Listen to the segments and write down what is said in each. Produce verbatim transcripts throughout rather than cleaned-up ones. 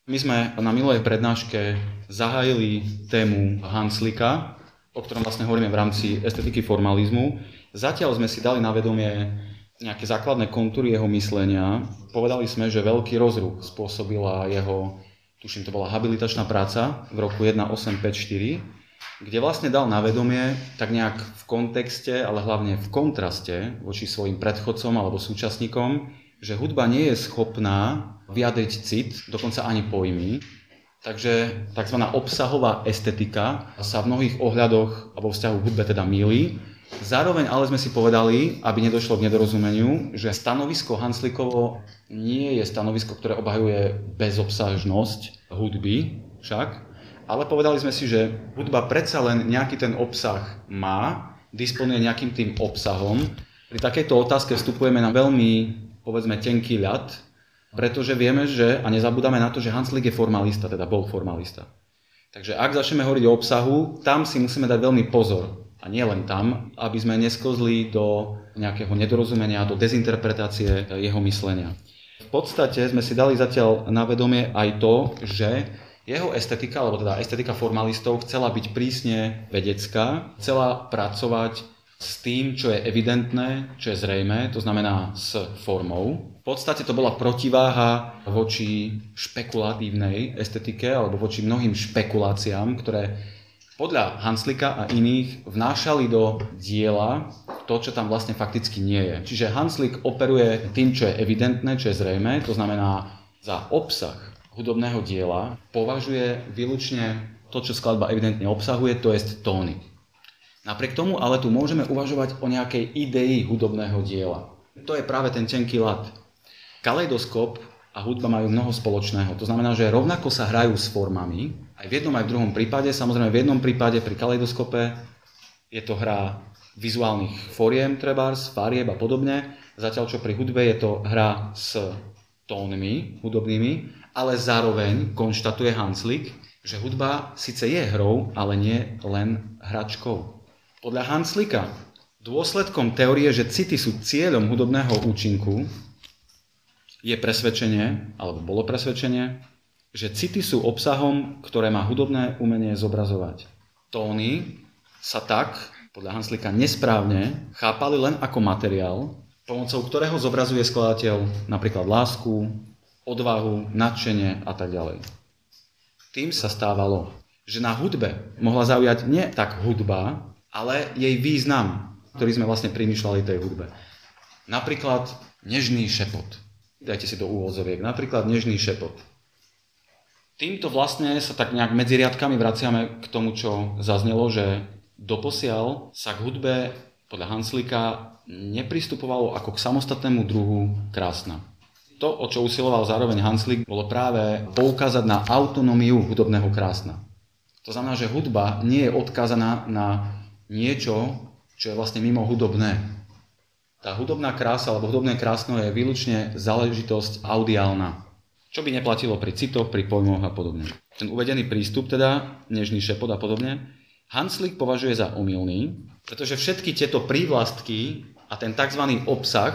My sme na minulej prednáške zahájili tému Hanslika, o ktorom vlastne hovoríme v rámci estetiky formalizmu. Zatiaľ sme si dali na vedomie nejaké základné kontúry jeho myslenia. Povedali sme, že veľký rozruch spôsobila jeho, tuším, to bola habilitačná práca v roku tisíc osemsto päťdesiatštyri, kde vlastne dal na vedomie tak nejak v kontexte, ale hlavne v kontraste voči svojim predchodcom alebo súčasníkom, že hudba nie je schopná vyjadriť cit, dokonca ani pojmy. Takže tzv. Obsahová estetika sa v mnohých ohľadoch alebo vzťahu k hudbe teda mýli. Zároveň ale sme si povedali, aby nedošlo k nedorozumeniu, že stanovisko Hanslikovo nie je stanovisko, ktoré obhajuje bezobsažnosť hudby však, ale povedali sme si, že hudba predsa len nejaký ten obsah má, disponuje nejakým tým obsahom. Pri takejto otázke vstupujeme na veľmi, povedzme, tenký ľad, pretože vieme, že, a nezabúdame na to, že Hanslik je formalista, teda bol formalista. Takže ak začneme hovoriť o obsahu, tam si musíme dať veľmi pozor. A nie len tam, aby sme neskozli do nejakého nedorozumenia, do dezinterpretácie jeho myslenia. V podstate sme si dali zatiaľ na vedomie aj to, že jeho estetika, alebo teda estetika formalistov, chcela byť prísne vedecká, chcela pracovať s tým, čo je evidentné, čo je zrejmé, to znamená s formou. V podstate to bola protiváha voči špekulatívnej estetike alebo voči mnohým špekuláciám, ktoré podľa Hanslika a iných vnášali do diela to, čo tam vlastne fakticky nie je. Čiže Hanslik operuje tým, čo je evidentné, čo je zrejmé, to znamená za obsah hudobného diela považuje výlučne to, čo skladba evidentne obsahuje, to jest tóny. Napriek tomu ale tu môžeme uvažovať o nejakej idei hudobného diela. To je práve ten tenký ľad. Kaleidoskop a hudba majú mnoho spoločného. To znamená, že rovnako sa hrajú s formami, aj v jednom, aj v druhom prípade. Samozrejme v jednom prípade pri kaleidoskope je to hra vizuálnych foriem, trebárs, farieb a podobne, zatiaľ čo pri hudbe je to hra s tónmi hudobnými, ale zároveň konštatuje Hanslik, že hudba síce je hrou, ale nie len hračkou. Podľa Hanslika dôsledkom teórie, že city sú cieľom hudobného účinku, je presvedčenie, alebo bolo presvedčenie, že city sú obsahom, ktoré má hudobné umenie zobrazovať. Tóny sa tak, podľa Hanslika, nesprávne chápali len ako materiál, pomocou ktorého zobrazuje skladateľ napríklad lásku, odvahu, nadšenie a tak ďalej. Tým sa stávalo, že na hudbe mohla zaujať nie tak hudba, ale jej význam, ktorý sme vlastne primýšľali tej hudbe. Napríklad nežný šepot. Dajte si do úvodzoviek. Napríklad nežný šepot. Týmto vlastne sa tak nejak medzi riadkami vraciame k tomu, čo zaznelo, že doposiaľ sa k hudbe podľa Hanslika nepristupovalo ako k samostatnému druhu krásna. To, o čo usiloval zároveň Hanslik, bolo práve poukázať na autonómiu hudobného krásna. To znamená, že hudba nie je odkázaná na niečo, čo je vlastne mimo hudobné. Tá hudobná krása alebo hudobné krásno je výlučne záležitosť audiálna, čo by neplatilo pri citoch, pri pojmoch a podobne. Ten uvedený prístup, teda nežný šepot a podobne, Hanslik považuje za omylný, pretože všetky tieto prívlastky a ten tzv. Obsah,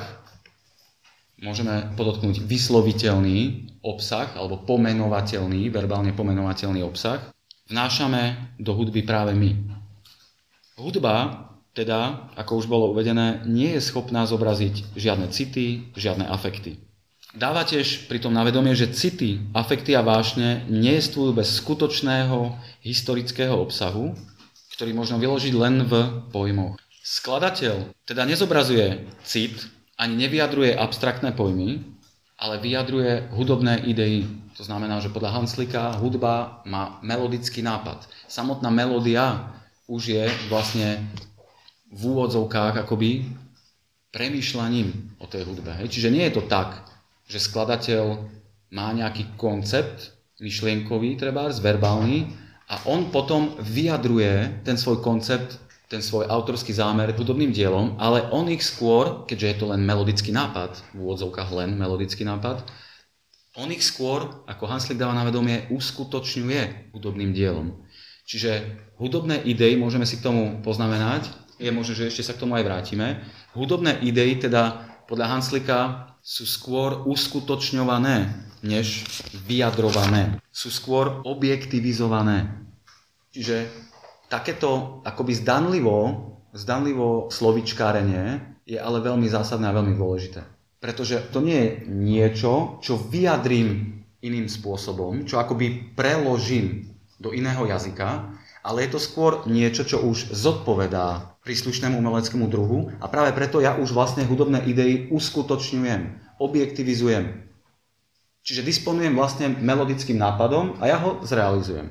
môžeme podotknúť vysloviteľný obsah alebo pomenovateľný, verbálne pomenovateľný obsah, vnášame do hudby práve my. Hudba, teda, ako už bolo uvedené, nie je schopná zobraziť žiadne city, žiadne afekty. Dáva tiež pritom na vedomie, že city, afekty a vášne neestvujú bez skutočného historického obsahu, ktorý možno vyložiť len v pojmoch. Skladateľ teda nezobrazuje cit, ani nevyjadruje abstraktné pojmy, ale vyjadruje hudobné idei. To znamená, že podľa Hanslika hudba má melodický nápad. Samotná melódia už je vlastne v úvodzovkách akoby premýšľaním o tej hudbe. Hej. Čiže nie je to tak, že skladateľ má nejaký koncept myšlienkový, trebárs, verbálny, a on potom vyjadruje ten svoj koncept, ten svoj autorský zámer hudobným dielom, ale on ich skôr, keďže je to len melodický nápad, v úvodzovkách len melodický nápad, on ich skôr, ako Hanslik dáva na vedomie, uskutočňuje hudobným dielom. Čiže hudobné idei, môžeme si k tomu poznamenať, je možné, že ešte sa k tomu aj vrátime. Hudobné idei teda podľa Hanslika sú skôr uskutočňované než vyjadrované. Sú skôr objektivizované. Čiže takéto akoby zdanlivo, zdanlivo slovíčkárenie je ale veľmi zásadné a veľmi dôležité. Pretože to nie je niečo, čo vyjadrím iným spôsobom, čo akoby preložím do iného jazyka, ale je to skôr niečo, čo už zodpovedá príslušnému umeleckému druhu a práve preto ja už vlastne hudobné idei uskutočňujem, objektivizujem. Čiže disponujem vlastne melodickým nápadom a ja ho zrealizujem.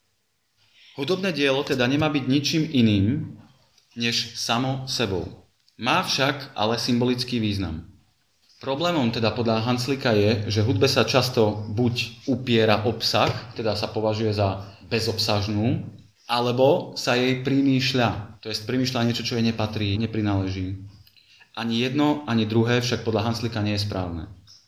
Hudobné dielo teda nemá byť ničím iným, než samo sebou. Má však ale symbolický význam. Problémom teda podľa Hanslika je, že hudbe sa často buď upiera obsah, teda sa považuje za bezobsažnú, alebo sa jej primýšľa. To je primýšľa niečo, čo jej nepatrí, neprináleží. Ani jedno, ani druhé však podľa Hanslika nie je správne.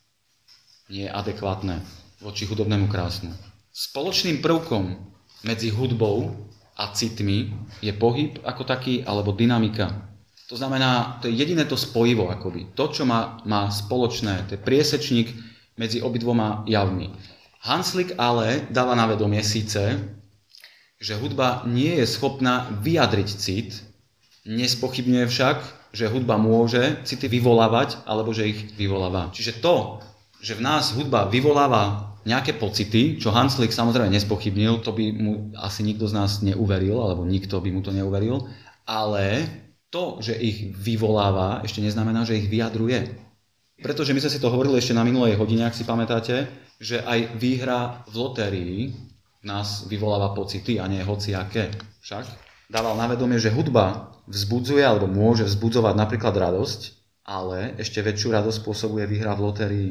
Nie je adekvátne voči hudobnému krásnu. Spoločným prvkom medzi hudbou a citmi je pohyb ako taký, alebo dynamika. To znamená, to je jediné to spojivo akoby. To, čo má, má spoločné, to je priesečník medzi obidvoma javmi. Hanslik ale dáva na vedomie síce, že hudba nie je schopná vyjadriť cit, nespochybňuje však, že hudba môže city vyvolávať, alebo že ich vyvoláva. Čiže to, že v nás hudba vyvoláva nejaké pocity, čo Hanslik samozrejme nespochybnil, to by mu asi nikto z nás neuveril, alebo nikto by mu to neuveril, ale to, že ich vyvoláva, ešte neznamená, že ich vyjadruje. Pretože my sme si to hovorili ešte na minulej hodine, ak si pamätáte, že aj výhra v lotérii nás vyvoláva pocity a nie hociaké. Však dával na vedomie, že hudba vzbudzuje alebo môže vzbudzovať napríklad radosť, ale ešte väčšiu radosť spôsobuje výhra v lotérii.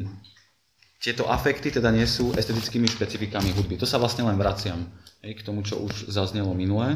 Tieto afekty teda nie sú estetickými špecifikami hudby. To sa vlastne len vraciam hej, k tomu, čo už zaznelo minulé.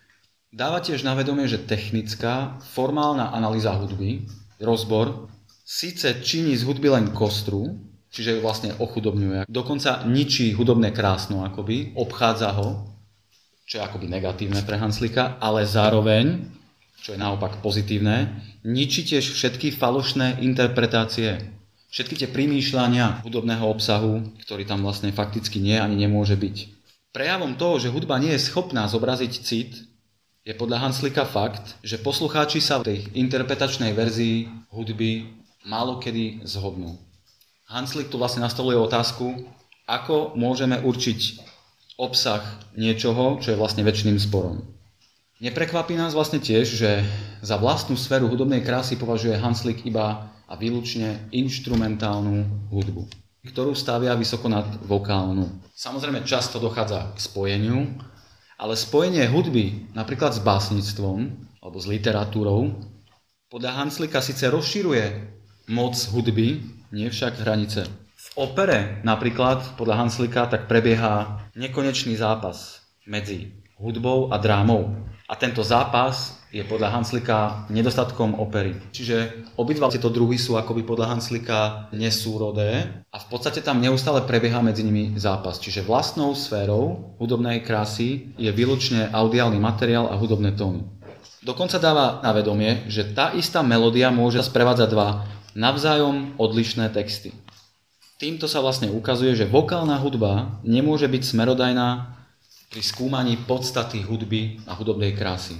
Dáva tiež na vedomie, že technická, formálna analýza hudby, rozbor, síce činí z hudby len kostru, čiže ju vlastne ochudobňuje. Dokonca ničí hudobné krásno, akoby, obchádza ho, čo je akoby negatívne pre Hanslika, ale zároveň, čo je naopak pozitívne, ničí tiež všetky falošné interpretácie, všetky tie primýšľania hudobného obsahu, ktorý tam vlastne fakticky nie ani nemôže byť. Prejavom toho, že hudba nie je schopná zobraziť cit, je podľa Hanslika fakt, že poslucháči sa v tej interpretačnej verzii hudby málokedy zhodnú. Hanslik tu vlastne nastoluje otázku, ako môžeme určiť obsah niečoho, čo je vlastne večným sporom. Neprekvapí nás vlastne tiež, že za vlastnú sféru hudobnej krásy považuje Hanslik iba a výlučne inštrumentálnu hudbu, ktorú stavia vysoko nad vokálnu. Samozrejme často dochádza k spojeniu, ale spojenie hudby napríklad s básnictvom alebo s literatúrou podľa Hanslika síce rozširuje moc hudby, nie však hranice. V opere napríklad podľa Hanslika tak prebieha nekonečný zápas medzi hudbou a drámou. A tento zápas je podľa Hanslika nedostatkom opery. Čiže obidva tieto druhy sú akoby podľa Hanslika nesúrodé a v podstate tam neustále prebieha medzi nimi zápas. Čiže vlastnou sférou hudobnej krásy je výlučne audiálny materiál a hudobné tóny. Dokonca dáva na vedomie, že tá istá melódia môže sprevádzať dva navzájom odlišné texty. Týmto sa vlastne ukazuje, že vokálna hudba nemôže byť smerodajná pri skúmaní podstaty hudby a hudobnej krásy.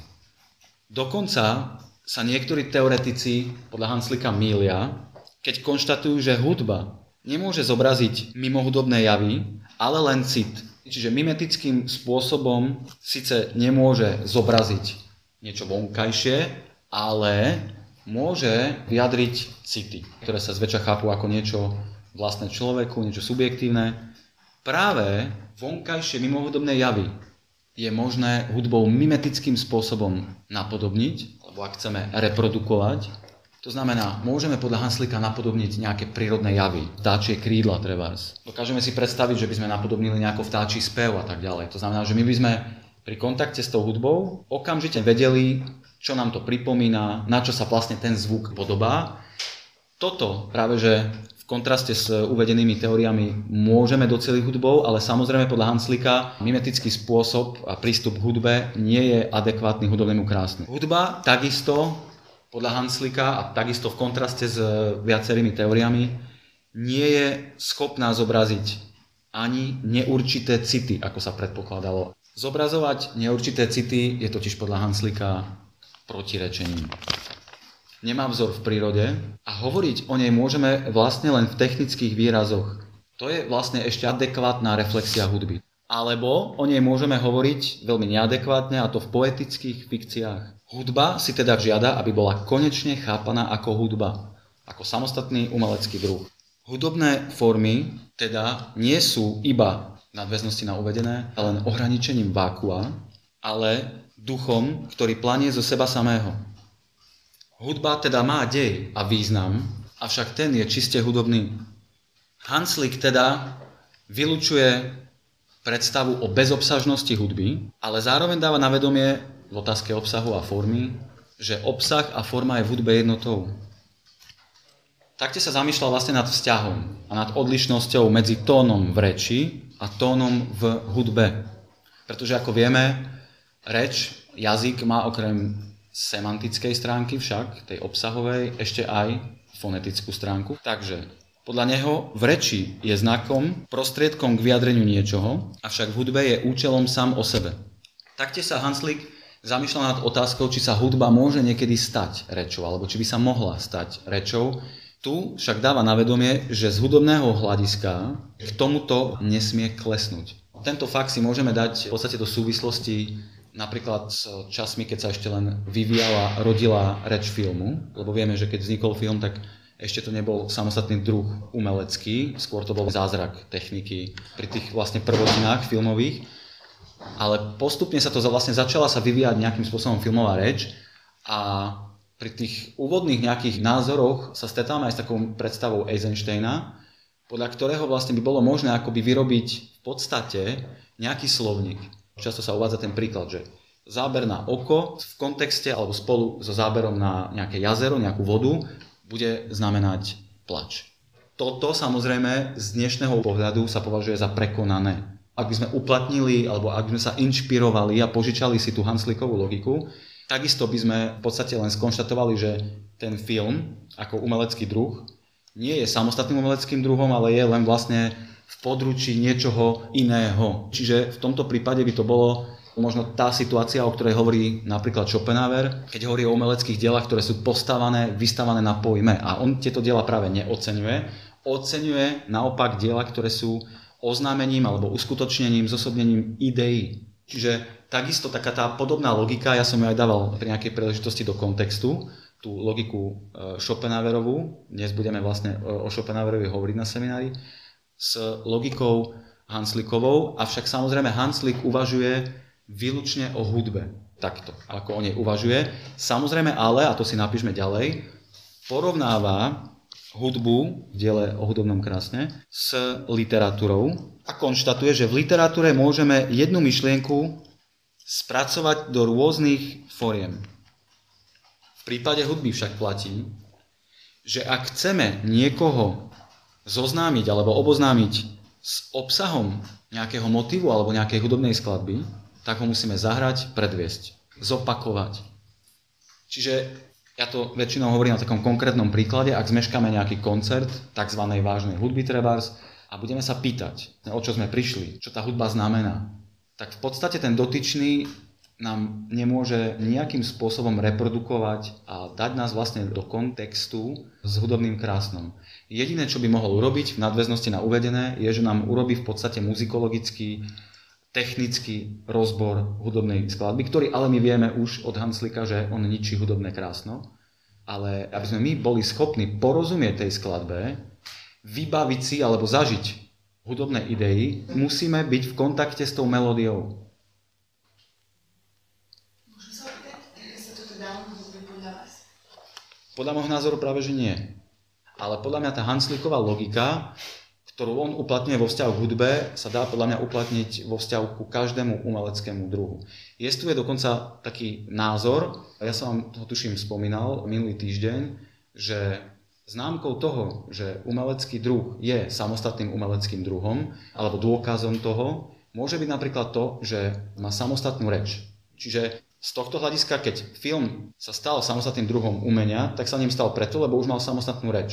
Dokonca sa niektorí teoretici podľa Hanslika mýlia, keď konštatujú, že hudba nemôže zobraziť mimohudobné javy, ale len cit. Čiže mimetickým spôsobom síce nemôže zobraziť niečo vonkajšie, ale môže vyjadriť city, ktoré sa zväčša chápu ako niečo vlastné človeku, niečo subjektívne. Práve vonkajšie mimohudobné javy je možné hudbou mimetickým spôsobom napodobniť, alebo ak chceme reprodukovať. To znamená, môžeme podľa Hanslika napodobniť nejaké prírodné javy, vtáčie krídla trebárs. Dokážeme si predstaviť, že by sme napodobnili nejako vtáčí spev a tak ďalej. To znamená, že my by sme pri kontakte s tou hudbou okamžite vedeli, čo nám to pripomína, na čo sa vlastne ten zvuk podobá. Toto práve, že v kontraste s uvedenými teóriami môžeme doceliť hudbou, ale samozrejme podľa Hanslika mimetický spôsob a prístup k hudbe nie je adekvátny hudobnému krásnu. Hudba takisto podľa Hanslika a takisto v kontraste s viacerými teóriami nie je schopná zobraziť ani neurčité city, ako sa predpokladalo. Zobrazovať neurčité city je totiž podľa Hanslika protirečením. Nemá vzor v prírode a hovoriť o nej môžeme vlastne len v technických výrazoch. To je vlastne ešte adekvátna reflexia hudby. Alebo o nej môžeme hovoriť veľmi neadekvátne, a to v poetických fikciách. Hudba si teda žiada, aby bola konečne chápaná ako hudba, ako samostatný umelecký druh. Hudobné formy teda nie sú iba nadväznosti na uvedené, len ohraničením vákua, ale duchom, ktorý planie zo seba samého. Hudba teda má dej a význam, avšak ten je čiste hudobný. Hanslik teda vylučuje predstavu o bezobsažnosti hudby, ale zároveň dáva na vedomie v otázke obsahu a formy, že obsah a forma je v hudbe jednotou. Taktiež sa zamýšľal vlastne nad vzťahom a nad odlišnosťou medzi tónom v reči a tónom v hudbe. Pretože ako vieme, reč, jazyk má okrem semantickej stránky však, tej obsahovej, ešte aj fonetickú stránku. Takže podľa neho v reči je znakom, prostriedkom k vyjadreniu niečoho, avšak v hudbe je účelom sám o sebe. Taktiež sa Hanslik zamýšľal nad otázkou, či sa hudba môže niekedy stať rečou, alebo či by sa mohla stať rečou. Tu však dáva na vedomie, že z hudobného hľadiska k tomuto nesmie klesnúť. Tento fakt si môžeme dať v podstate do súvislosti napríklad s časmi, keď sa ešte len vyvíjala, rodila reč filmu, lebo vieme, že keď vznikol film, tak ešte to nebol samostatný druh umelecký, skôr to bol zázrak techniky pri tých vlastne prvotinách filmových, ale postupne sa to vlastne začala sa vyvíjať nejakým spôsobom filmová reč a pri tých úvodných nejakých názoroch sa stretáme aj s takou predstavou Eisensteina, podľa ktorého vlastne by bolo možné akoby vyrobiť v podstate nejaký slovník. Často sa uvádza ten príklad, že záber na oko v kontexte alebo spolu so záberom na nejaké jazero, nejakú vodu, bude znamenať plač. Toto samozrejme z dnešného pohľadu sa považuje za prekonané. Ak by sme uplatnili alebo ak by sme sa inšpirovali a požičali si tú Hanslikovú logiku, takisto by sme v podstate len skonštatovali, že ten film ako umelecký druh nie je samostatným umeleckým druhom, ale je len vlastne v područí niečoho iného. Čiže v tomto prípade by to bolo možno tá situácia, o ktorej hovorí napríklad Schopenhauer, keď hovorí o umeleckých dielach, ktoré sú postavané, vystavané na pojme. A on tieto diela práve neoceňuje. Oceňuje naopak diela, ktoré sú oznámením alebo uskutočnením, zosobnením ideí. Čiže takisto taká tá podobná logika, ja som ju aj dával pri nejakej príležitosti do kontextu, tú logiku Schopenhauerovú, dnes budeme vlastne o Schopenhauerovi hovoriť na seminári, s logikou Hanslikovou, avšak samozrejme Hanslik uvažuje výlučne o hudbe, takto, ako o nej uvažuje. Samozrejme ale, a to si napíšme ďalej, porovnáva hudbu v diele O hudobnom krásne s literatúrou a konštatuje, že v literatúre môžeme jednu myšlienku spracovať do rôznych foriem. V prípade hudby však platí, že ak chceme niekoho zoznámiť alebo oboznámiť s obsahom nejakého motívu alebo nejakej hudobnej skladby, tak ho musíme zahrať, predviesť, zopakovať. Čiže ja to väčšinou hovorím na takom konkrétnom príklade, ak zmeškáme nejaký koncert, tzv. Vážnej hudby trebárs, a budeme sa pýtať, o čo sme prišli, čo tá hudba znamená, tak v podstate ten dotyčný nám nemôže nejakým spôsobom reprodukovať a dať nás vlastne do kontextu s hudobným krásnom. Jediné, čo by mohol urobiť v nadväznosti na uvedené, je, že nám urobí v podstate muzikologický, technický rozbor hudobnej skladby, ktorý ale my vieme už od Hanslika, že on ničí hudobné krásno. Ale aby sme my boli schopní porozumieť tej skladbe, vybaviť si alebo zažiť hudobné idei, musíme byť v kontakte s tou melódiou. Môžem sa opýtať, ako sa toto dá hudbe podľa vás? Podľa môjho názoru práve, že nie. Ale podľa mňa tá Hansliková logika, ktorú on uplatňuje vo vzťahu k hudbe, sa dá podľa mňa uplatniť vo vzťahu ku každému umeleckému druhu. Jestuje dokonca taký názor, a ja som vám toho tuším spomínal minulý týždeň, že známkou toho, že umelecký druh je samostatným umeleckým druhom, alebo dôkazom toho, môže byť napríklad to, že má samostatnú reč. Čiže z tohto hľadiska, keď film sa stal samostatným druhom umenia, tak sa ním stal preto, lebo už mal samostatnú reč.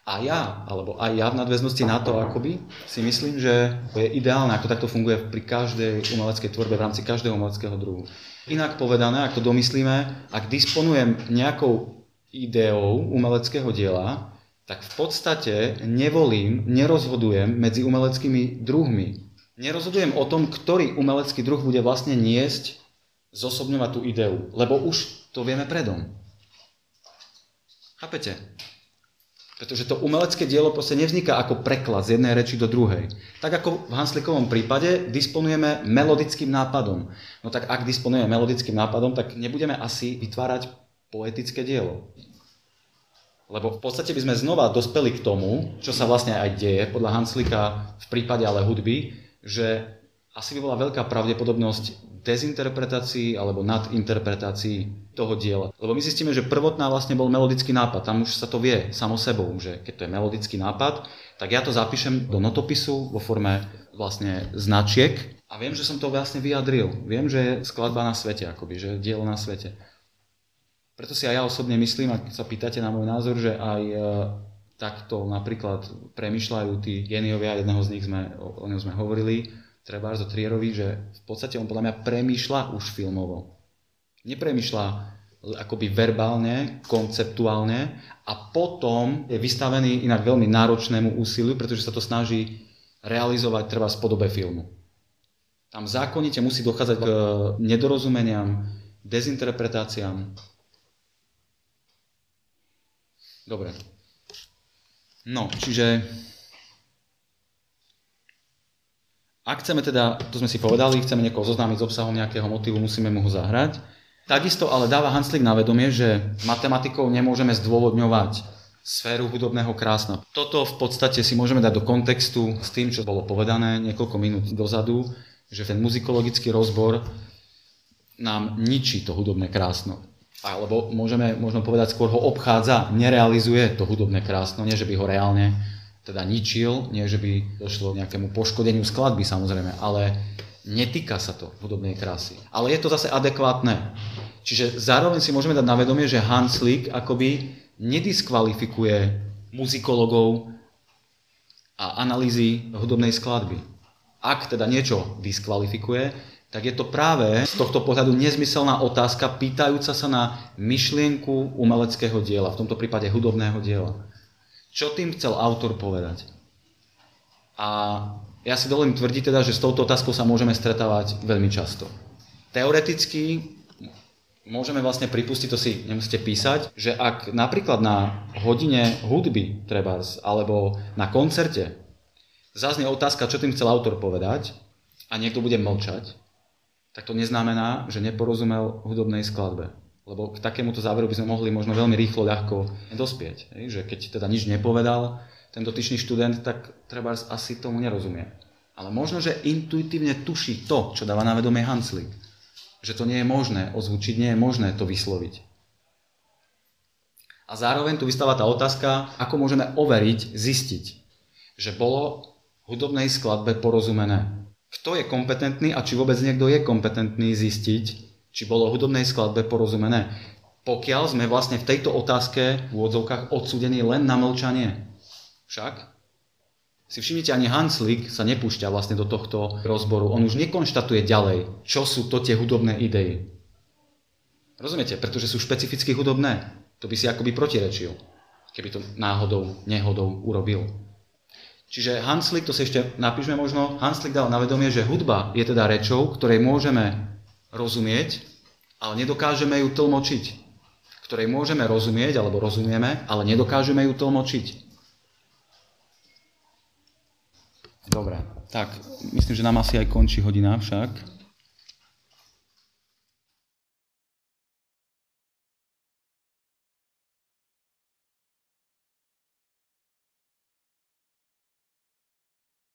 A ja, alebo aj ja v nadväznosti na to, akoby, si myslím, že to je ideálne, ako takto funguje pri každej umeleckej tvorbe, v rámci každého umeleckého druhu. Inak povedané, ak to domyslíme, ak disponujem nejakou ideou umeleckého diela, tak v podstate nevolím, nerozhodujem medzi umeleckými druhmi. Nerozhodujem o tom, ktorý umelecký druh bude vlastne niesť, zosobňovať tú ideu, lebo už to vieme predom. Chápete? Pretože to umelecké dielo proste nevzniká ako preklad z jednej reči do druhej. Tak ako v Hanslikovom prípade disponujeme melodickým nápadom. No tak ak disponujeme melodickým nápadom, tak nebudeme asi vytvárať poetické dielo. Lebo v podstate by sme znova dospeli k tomu, čo sa vlastne aj deje podľa Hanslika v prípade ale hudby, že asi by bola veľká pravdepodobnosť dezinterpretácií alebo nadinterpretácií toho diela. Lebo my zistíme, že prvotná vlastne bol melodický nápad. Tam už sa to vie samo sebou, že keď to je melodický nápad, tak ja to zapíšem do notopisu vo forme vlastne značiek a viem, že som to vlastne vyjadril. Viem, že je skladba na svete, akoby, že je dielo na svete. Preto si aj ja osobne myslím, ak sa pýtate na môj názor, že aj e, takto napríklad premýšľajú tí géniovia, jedného z nich sme, o, o ňom sme hovorili, treba zo Trierovi, že v podstate on podľa mňa premýšľa už filmovo. Nepremýšľa akoby verbálne, konceptuálne a potom je vystavený inak veľmi náročnému úsiliu, pretože sa to snaží realizovať treba v podobe filmu. Tam zákonite musí dochádzať k nedorozumeniam, dezinterpretáciám. Dobre. No, čiže ak chceme teda, to sme si povedali, chceme niekoho zoznámiť s obsahom nejakého motívu, musíme mu ho zahrať. Takisto ale dáva Hanslik na vedomie, že matematikou nemôžeme zdôvodňovať sféru hudobného krásna. Toto v podstate si môžeme dať do kontextu s tým, čo bolo povedané niekoľko minút dozadu, že ten muzikologický rozbor nám ničí to hudobné krásno. Alebo môžeme možno povedať, skôr ho obchádza, nerealizuje to hudobné krásno, nie že by ho reálne teda ničil, nie že by došlo k nejakému poškodeniu skladby samozrejme, ale netýka sa to hudobnej krásy. Ale je to zase adekvátne. Čiže zároveň si môžeme dať na vedomie, že Hanslik akoby nediskvalifikuje muzikologov a analýzy hudobnej skladby. Ak teda niečo diskvalifikuje, tak je to práve z tohto pohľadu nezmyselná otázka pýtajúca sa na myšlienku umeleckého diela, v tomto prípade hudobného diela. Čo tým chcel autor povedať? A ja si dovolím tvrdiť teda, že s touto otázkou sa môžeme stretávať veľmi často. Teoreticky môžeme vlastne pripustiť, to si nemusíte písať, že ak napríklad na hodine hudby trebárs, alebo na koncerte zaznie otázka, čo tým chcel autor povedať a niekto bude mlčať, tak to neznamená, že neporozumel hudobnej skladbe. Lebo k takémuto záveru by sme mohli možno veľmi rýchlo, ľahko dospieť. Že keď teda nič nepovedal ten dotyčný študent, tak trebárs asi tomu nerozumie. Ale možno, že intuitívne tuší to, čo dáva na vedomie Hanslik. Že to nie je možné ozvučiť, nie je možné to vysloviť. A zároveň tu vystáva tá otázka, ako môžeme overiť, zistiť, že bolo hudobnej skladbe porozumené. Kto je kompetentný a či vôbec niekto je kompetentný zistiť, či bolo hudobnej skladbe porozumené. Pokiaľ sme vlastne v tejto otázke v úvodzovkách odsúdení len na mlčanie. Však si všimnite, ani Hanslik sa nepúšťa vlastne do tohto rozboru. On už nekonštatuje ďalej, čo sú to tie hudobné idei. Rozumiete? Pretože sú špecificky hudobné. To by si akoby protirečil, keby to náhodou, nehodou urobil. Čiže Hanslik, to si ešte napíšme možno, Hanslik dal na vedomie, že hudba je teda rečou, ktorej môžeme rozumieť, ale nedokážeme ju tlmočiť. Ktorej môžeme rozumieť, alebo rozumieme, ale nedokážeme ju tlmočiť. Dobre, tak myslím, že nám asi aj končí hodina však.